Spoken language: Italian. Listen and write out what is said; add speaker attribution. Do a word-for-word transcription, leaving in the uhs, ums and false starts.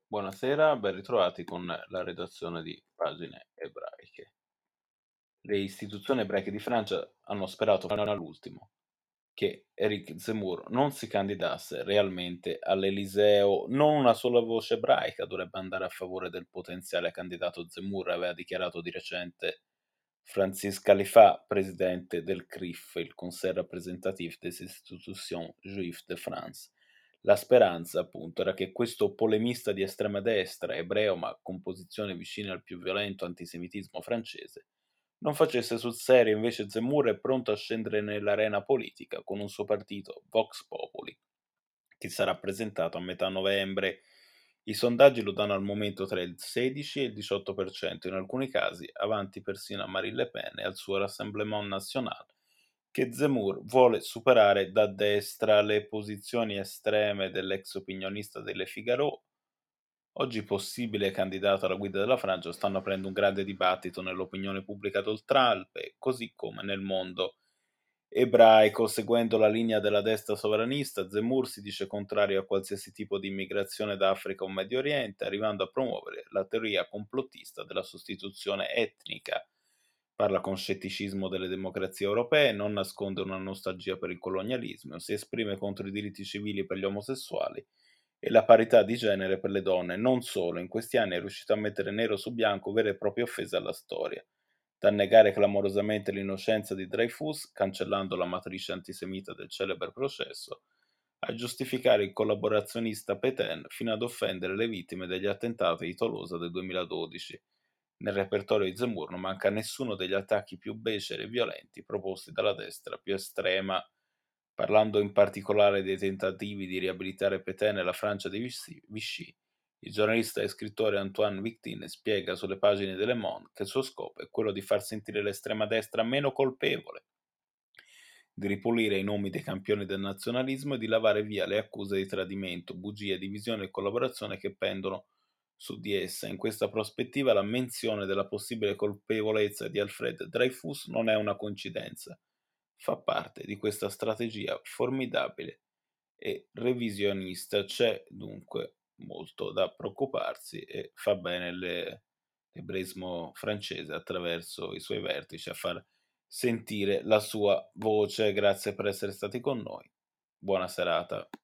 Speaker 1: Buonasera, ben ritrovati con la redazione di Pagine Ebraiche. Le istituzioni ebraiche di Francia hanno sperato fino all'ultimo che Éric Zemmour non si candidasse realmente all'Eliseo. Non una sola voce ebraica dovrebbe andare a favore del potenziale candidato Zemmour, aveva dichiarato di recente Francis Khalifa, presidente del C R I F, il Conseil représentatif des institutions juives de France. La speranza, appunto, era che questo polemista di estrema destra, ebreo ma con posizioni vicine al più violento antisemitismo francese, non facesse sul serio. Invece Zemmour è pronto a scendere nell'arena politica con un suo partito, Vox Populi, che sarà presentato a metà novembre. I sondaggi lo danno al momento tra il sedici e il diciotto per cento, in alcuni casi avanti persino a Marine Le Pen e al suo Rassemblement National, che Zemmour vuole superare da destra. Le posizioni estreme dell'ex opinionista delle Figaro, oggi possibile candidato alla guida della Francia, stanno aprendo un grande dibattito nell'opinione pubblica d'oltralpe, così come nel mondo ebraico. Seguendo la linea della destra sovranista, Zemmour si dice contrario a qualsiasi tipo di immigrazione da Africa o Medio Oriente, arrivando a promuovere la teoria complottista della sostituzione etnica. Parla con scetticismo delle democrazie europee, non nasconde una nostalgia per il colonialismo, si esprime contro i diritti civili per gli omosessuali e la parità di genere per le donne. Non solo, in questi anni è riuscito a mettere nero su bianco vere e proprie offese alla storia, da negare clamorosamente l'innocenza di Dreyfus, cancellando la matrice antisemita del celebre processo, a giustificare il collaborazionista Pétain, fino ad offendere le vittime degli attentati di Tolosa del duemiladodici. Nel repertorio di Zemmour non manca nessuno degli attacchi più beceri e violenti proposti dalla destra più estrema, parlando in particolare dei tentativi di riabilitare Pétain e la Francia di Vichy. Vichy. Il giornalista e scrittore Antoine Victin spiega sulle pagine de Le Monde che il suo scopo è quello di far sentire l'estrema destra meno colpevole, di ripulire i nomi dei campioni del nazionalismo e di lavare via le accuse di tradimento, bugie, divisione e collaborazione che pendono su di essa. In questa prospettiva la menzione della possibile colpevolezza di Alfred Dreyfus non è una coincidenza, fa parte di questa strategia formidabile e revisionista. C'è dunque molto da preoccuparsi e fa bene le- l'ebraismo francese attraverso i suoi vertici a far sentire la sua voce. Grazie per essere stati con noi. Buona serata.